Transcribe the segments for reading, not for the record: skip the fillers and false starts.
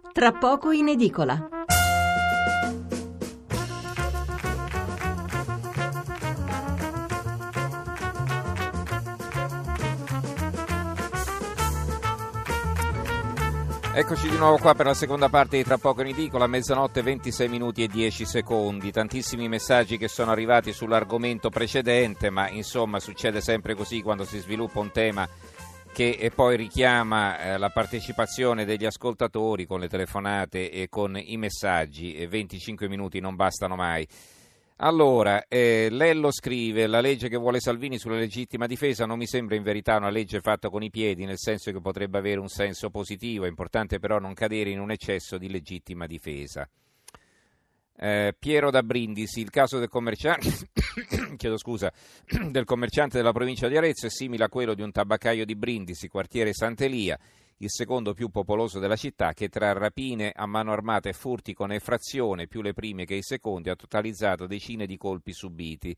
Tra poco in edicola. Eccoci di nuovo qua per la seconda parte di Tra poco in edicola, mezzanotte 26 minuti e 10 secondi. Tantissimi messaggi che sono arrivati sull'argomento precedente, ma insomma succede sempre così quando si sviluppa un tema che poi richiama la partecipazione degli ascoltatori con le telefonate e con i messaggi, e 25 minuti non bastano mai. Allora, Lello scrive: la legge che vuole Salvini sulla legittima difesa non mi sembra in verità una legge fatta con i piedi, nel senso che potrebbe avere un senso positivo, è importante però non cadere in un eccesso di legittima difesa. Piero da Brindisi: il caso del commerciante del commerciante della provincia di Arezzo è simile a quello di un tabaccaio di Brindisi, quartiere Sant'Elia, il secondo più popoloso della città, che tra rapine a mano armata e furti con effrazione, più le prime che i secondi, ha totalizzato decine di colpi subiti.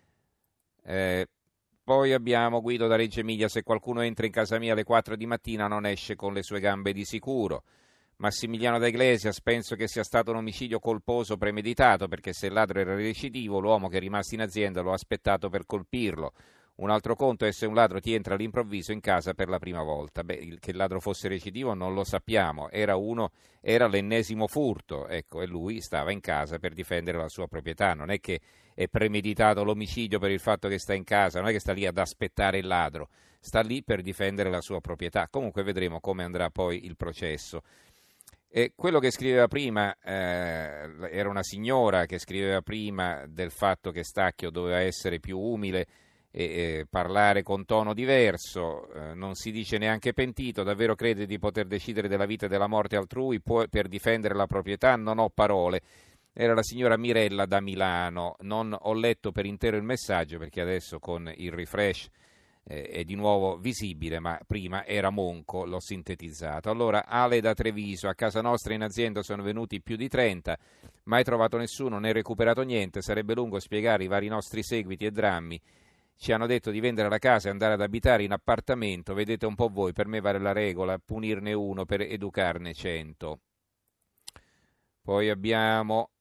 Poi abbiamo Guido da Reggio Emilia: se qualcuno entra in casa mia alle 4 di mattina non esce con le sue gambe di sicuro. Massimiliano da Iglesias: penso che sia stato un omicidio colposo premeditato, perché se il ladro era recidivo, l'uomo che è rimasto in azienda lo ha aspettato per colpirlo. Un altro conto è se un ladro ti entra all'improvviso in casa per la prima volta. Che il ladro fosse recidivo non lo sappiamo, era l'ennesimo furto, ecco, e lui stava in casa per difendere la sua proprietà. Non è che è premeditato l'omicidio per il fatto che sta in casa, non è che sta lì ad aspettare il ladro, sta lì per difendere la sua proprietà. Comunque vedremo come andrà poi il processo. E quello che scriveva prima, era una signora che scriveva prima del fatto che Stacchio doveva essere più umile e parlare con tono diverso, non si dice neanche pentito, davvero crede di poter decidere della vita e della morte altrui per difendere la proprietà? Non ho parole. Era la signora Mirella da Milano. Non ho letto per intero il messaggio perché adesso con il refresh è di nuovo visibile, ma prima era monco, l'ho sintetizzato. Allora, Ale da Treviso: a casa nostra in azienda sono venuti più di 30, mai trovato nessuno né recuperato niente, sarebbe lungo spiegare i vari nostri seguiti e drammi. Ci hanno detto di vendere la casa e andare ad abitare in appartamento, vedete un po' voi, per me vale la regola, punirne uno per educarne 100. Poi abbiamo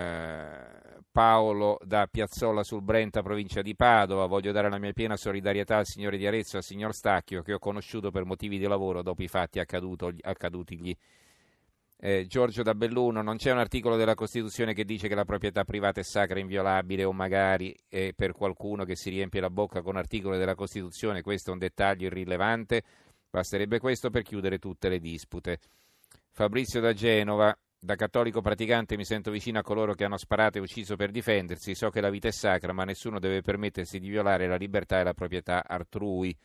Paolo da Piazzola sul Brenta, provincia di Padova: voglio dare la mia piena solidarietà al signore di Arezzo e al signor Stacchio, che ho conosciuto per motivi di lavoro dopo i fatti accadutigli. Giorgio da Belluno: non c'è un articolo della Costituzione che dice che la proprietà privata è sacra e inviolabile, o magari è per qualcuno che si riempie la bocca con articoli della Costituzione, questo è un dettaglio irrilevante, basterebbe questo per chiudere tutte le dispute. Fabrizio da Genova: da cattolico praticante mi sento vicino a coloro che hanno sparato e ucciso per difendersi, so che la vita è sacra, ma nessuno deve permettersi di violare la libertà e la proprietà altrui.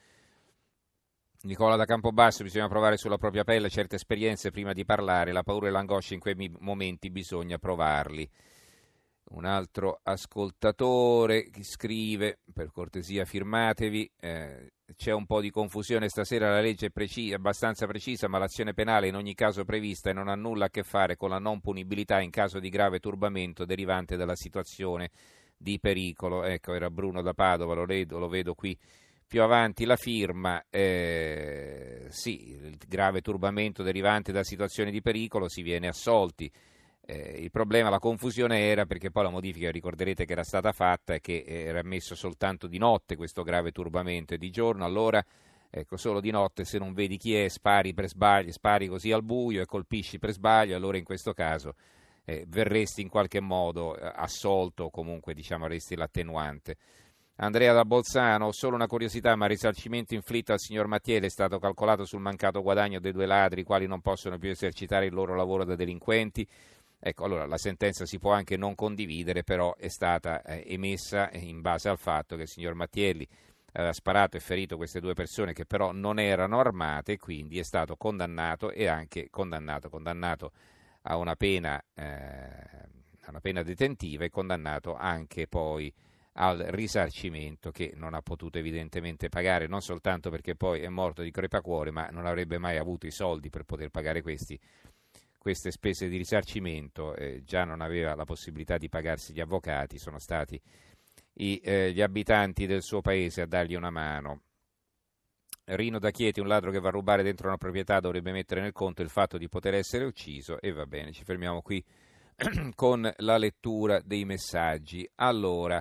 Nicola da Campobasso: bisogna provare sulla propria pelle certe esperienze prima di parlare, la paura e l'angoscia in quei momenti bisogna provarli. Un altro ascoltatore che scrive: per cortesia firmatevi, c'è un po' di confusione stasera, la legge è abbastanza precisa, ma l'azione penale è in ogni caso prevista e non ha nulla a che fare con la non punibilità in caso di grave turbamento derivante dalla situazione di pericolo. Ecco, era Bruno da Padova, lo vedo qui più avanti la firma. Sì, il grave turbamento derivante da situazioni di pericolo, si viene assolti. Il problema, la confusione era perché poi la modifica, ricorderete che era stata fatta e che era ammesso soltanto di notte questo grave turbamento, e di giorno allora, ecco, solo di notte, se non vedi chi è, spari per sbaglio, spari così al buio e colpisci per sbaglio, allora in questo caso verresti in qualche modo assolto, o comunque diciamo avresti l'attenuante. Andrea da Bolzano: solo una curiosità, ma il risarcimento inflitto al signor Mattielli è stato calcolato sul mancato guadagno dei due ladri, i quali non possono più esercitare il loro lavoro da delinquenti? Ecco, allora la sentenza si può anche non condividere, però è stata emessa in base al fatto che il signor Mattielli aveva sparato e ferito queste due persone che però non erano armate, e quindi è stato condannato, e anche condannato a una pena detentiva, e condannato anche poi al risarcimento, che non ha potuto evidentemente pagare, non soltanto perché poi è morto di crepacuore, ma non avrebbe mai avuto i soldi per poter pagare queste spese di risarcimento, già non aveva la possibilità di pagarsi gli avvocati, sono stati gli abitanti del suo paese a dargli una mano. Rino da Chieti, un ladro che va a rubare dentro una proprietà, dovrebbe mettere nel conto il fatto di poter essere ucciso. E va bene, ci fermiamo qui con la lettura dei messaggi. Allora,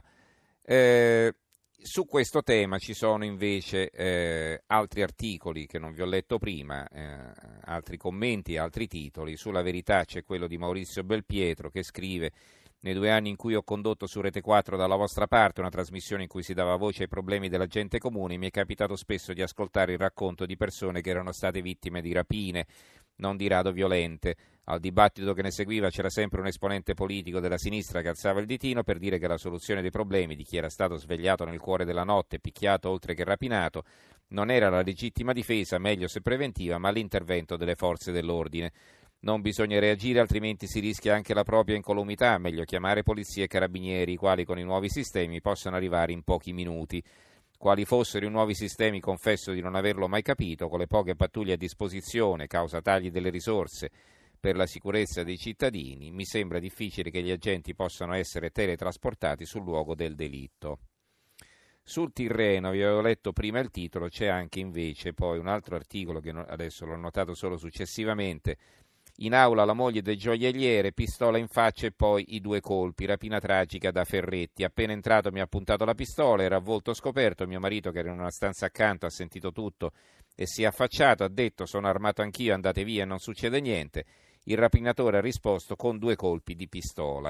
su questo tema ci sono invece altri articoli che non vi ho letto prima, altri commenti, altri titoli. Sulla Verità c'è quello di Maurizio Belpietro che scrive: nei 2 anni in cui ho condotto su Rete 4 dalla vostra parte una trasmissione in cui si dava voce ai problemi della gente comune, mi è capitato spesso di ascoltare il racconto di persone che erano state vittime di rapine, non di rado violente. Al dibattito che ne seguiva c'era sempre un esponente politico della sinistra che alzava il ditino per dire che la soluzione dei problemi di chi era stato svegliato nel cuore della notte, picchiato oltre che rapinato, non era la legittima difesa, meglio se preventiva, ma l'intervento delle forze dell'ordine. Non bisogna reagire, altrimenti si rischia anche la propria incolumità, meglio chiamare polizia e carabinieri, i quali con i nuovi sistemi possono arrivare in pochi minuti. Quali fossero i nuovi sistemi confesso di non averlo mai capito, con le poche pattuglie a disposizione, causa tagli delle risorse per la sicurezza dei cittadini, mi sembra difficile che gli agenti possano essere teletrasportati sul luogo del delitto. Sul Tirreno, vi avevo letto prima il titolo, c'è anche invece poi un altro articolo che adesso l'ho notato solo successivamente. In aula la moglie del gioielliere, pistola in faccia e poi i 2 colpi, rapina tragica da Ferretti. Appena entrato mi ha puntato la pistola, era a volto scoperto, mio marito che era in una stanza accanto ha sentito tutto e si è affacciato, ha detto sono armato anch'io, andate via, non succede niente. Il rapinatore ha risposto con 2 colpi di pistola.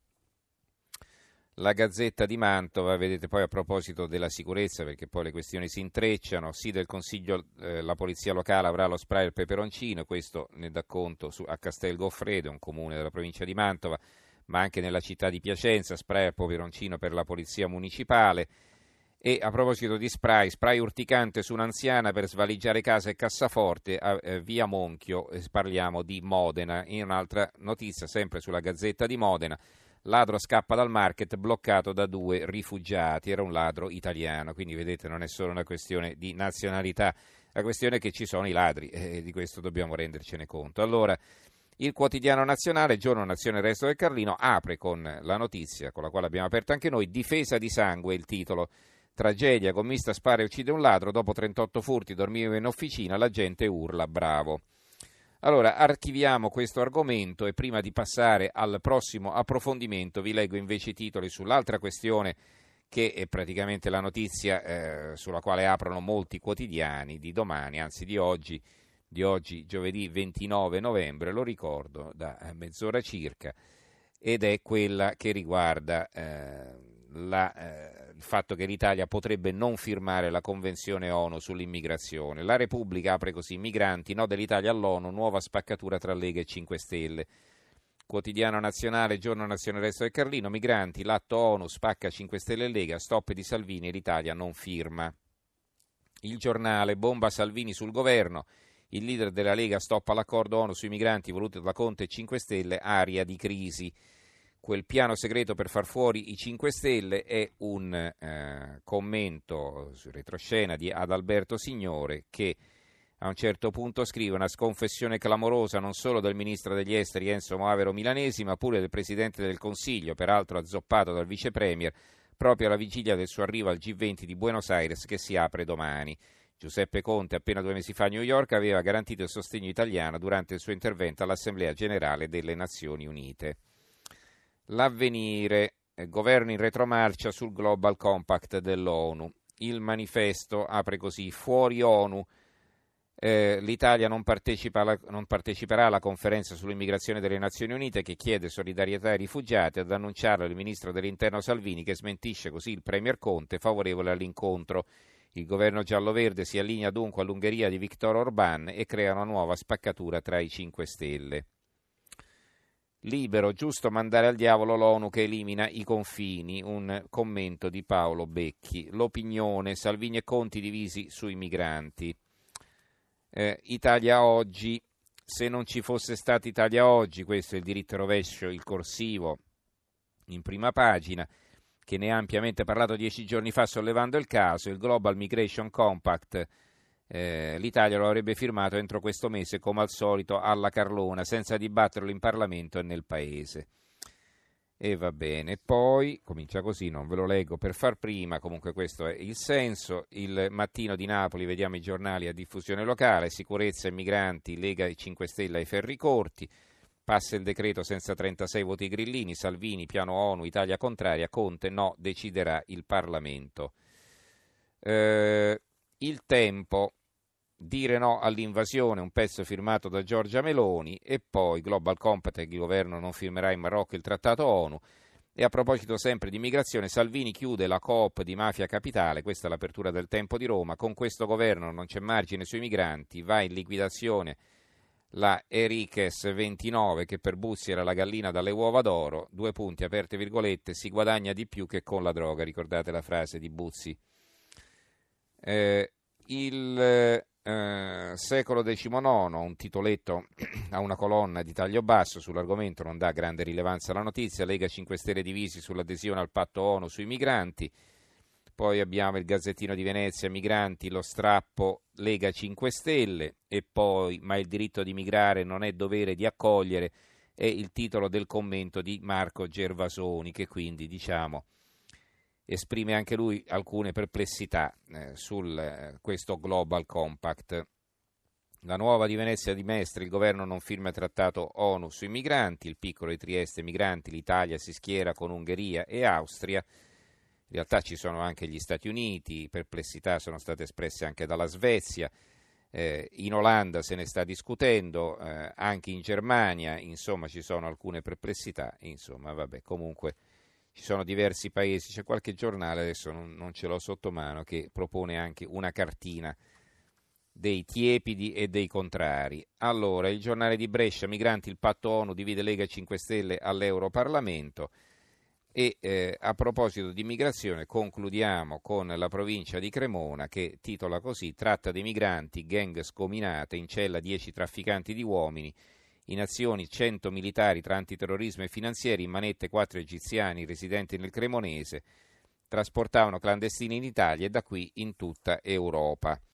La Gazzetta di Mantova, vedete poi a proposito della sicurezza, perché poi le questioni si intrecciano, sì del Consiglio, la polizia locale avrà lo spray al peperoncino, questo ne dà conto a Castel Goffredo, un comune della provincia di Mantova, ma anche nella città di Piacenza, spray al peperoncino per la polizia municipale. E a proposito di spray urticante su un'anziana per svaligiare casa e cassaforte a via Monchio, parliamo di Modena. In un'altra notizia, sempre sulla Gazzetta di Modena, ladro scappa dal market bloccato da 2 rifugiati, era un ladro italiano, quindi vedete non è solo una questione di nazionalità, la questione è che ci sono i ladri e di questo dobbiamo rendercene conto. Allora, il Quotidiano Nazionale, Giorno, Nazione, Resto del Carlino, apre con la notizia con la quale abbiamo aperto anche noi, difesa di sangue, il titolo. Tragedia, gommista spara e uccide un ladro, dopo 38 furti dormiva in officina, la gente urla bravo. Allora, archiviamo questo argomento e prima di passare al prossimo approfondimento vi leggo invece i titoli sull'altra questione che è praticamente la notizia sulla quale aprono molti quotidiani di domani, anzi di oggi giovedì 29 novembre, lo ricordo, da mezz'ora circa, ed è quella che riguarda il fatto che l'Italia potrebbe non firmare la Convenzione ONU sull'immigrazione. La Repubblica apre così: migranti, no dell'Italia all'ONU, nuova spaccatura tra Lega e 5 Stelle. Quotidiano Nazionale, Giorno, Nazione, Resto del Carlino, migranti, l'atto ONU spacca 5 Stelle e Lega, stop di Salvini, l'Italia non firma. Il Giornale, bomba Salvini sul governo, il leader della Lega stoppa l'accordo ONU sui migranti voluto da Conte e 5 Stelle, aria di crisi. Quel piano segreto per far fuori i 5 Stelle è un commento su retroscena di Adalberto Signore che a un certo punto scrive: una sconfessione clamorosa non solo del ministro degli esteri Enzo Moavero Milanesi ma pure del Presidente del Consiglio, peraltro azzoppato dal Vice Premier proprio alla vigilia del suo arrivo al G20 di Buenos Aires che si apre domani. Giuseppe Conte, appena 2 mesi fa a New York, aveva garantito il sostegno italiano durante il suo intervento all'Assemblea Generale delle Nazioni Unite. L'Avvenire, governo in retromarcia sul Global Compact dell'ONU. Il Manifesto apre così: fuori ONU, l'Italia non parteciperà alla conferenza sull'immigrazione delle Nazioni Unite che chiede solidarietà ai rifugiati, ad annunciarlo il ministro dell'Interno Salvini che smentisce così il Premier Conte favorevole all'incontro. Il governo giallo-verde si allinea dunque all'Ungheria di Viktor Orbán e crea una nuova spaccatura tra i 5 Stelle. Libero, giusto mandare al diavolo l'ONU che elimina i confini, un commento di Paolo Becchi. L'Opinione, Salvini e Conti divisi sui migranti. Italia Oggi, se non ci fosse stata Italia Oggi, questo è il diritto rovescio, il corsivo, in prima pagina, che ne ha ampiamente parlato 10 giorni fa sollevando il caso, il Global Migration Compact, l'Italia lo avrebbe firmato entro questo mese come al solito alla Carlona, senza dibatterlo in Parlamento e nel Paese. E va bene, poi comincia così, non ve lo leggo per far prima, comunque questo è il senso. Il Mattino di Napoli, vediamo i giornali a diffusione locale, sicurezza e migranti, Lega e 5 Stelle ai ferri corti, passa il decreto senza 36 voti grillini, Salvini, piano ONU, Italia contraria, Conte no, deciderà il Parlamento. Il Tempo, dire no all'invasione, un pezzo firmato da Giorgia Meloni, e poi Global Compact, il governo non firmerà in Marocco il trattato ONU. E a proposito sempre di migrazione, Salvini chiude la coop di Mafia Capitale, questa è l'apertura del Tempo di Roma, con questo governo non c'è margine sui migranti, va in liquidazione la Eriches 29 che per Buzzi era la gallina dalle uova d'oro, 2 punti, aperte virgolette, si guadagna di più che con la droga, ricordate la frase di Buzzi. Il secolo XIX, un titoletto a una colonna di taglio basso sull'argomento, non dà grande rilevanza alla notizia, Lega 5 Stelle divisi sull'adesione al patto ONU sui migranti, poi abbiamo il Gazzettino di Venezia, migranti, lo strappo Lega 5 Stelle, e poi ma il diritto di migrare non è dovere di accogliere, è il titolo del commento di Marco Gervasoni, che quindi diciamo esprime anche lui alcune perplessità su questo Global Compact. La Nuova di Venezia di Mestre, il governo non firma il trattato ONU sui migranti, il Piccolo di Trieste migranti, l'Italia si schiera con Ungheria e Austria. In realtà ci sono anche gli Stati Uniti, perplessità sono state espresse anche dalla Svezia, in Olanda se ne sta discutendo, anche in Germania, insomma ci sono alcune perplessità, insomma vabbè, comunque ci sono diversi paesi, c'è qualche giornale, adesso non ce l'ho sotto mano, che propone anche una cartina dei tiepidi e dei contrari. Allora, il giornale di Brescia, migranti, il patto ONU divide Lega e 5 Stelle all'Europarlamento. E a proposito di immigrazione concludiamo con la provincia di Cremona che titola così: tratta dei migranti, gang scominate, in cella 10 trafficanti di uomini, in azioni 100 militari tra antiterrorismo e finanzieri, in manette 4 egiziani residenti nel Cremonese, trasportavano clandestini in Italia e da qui in tutta Europa.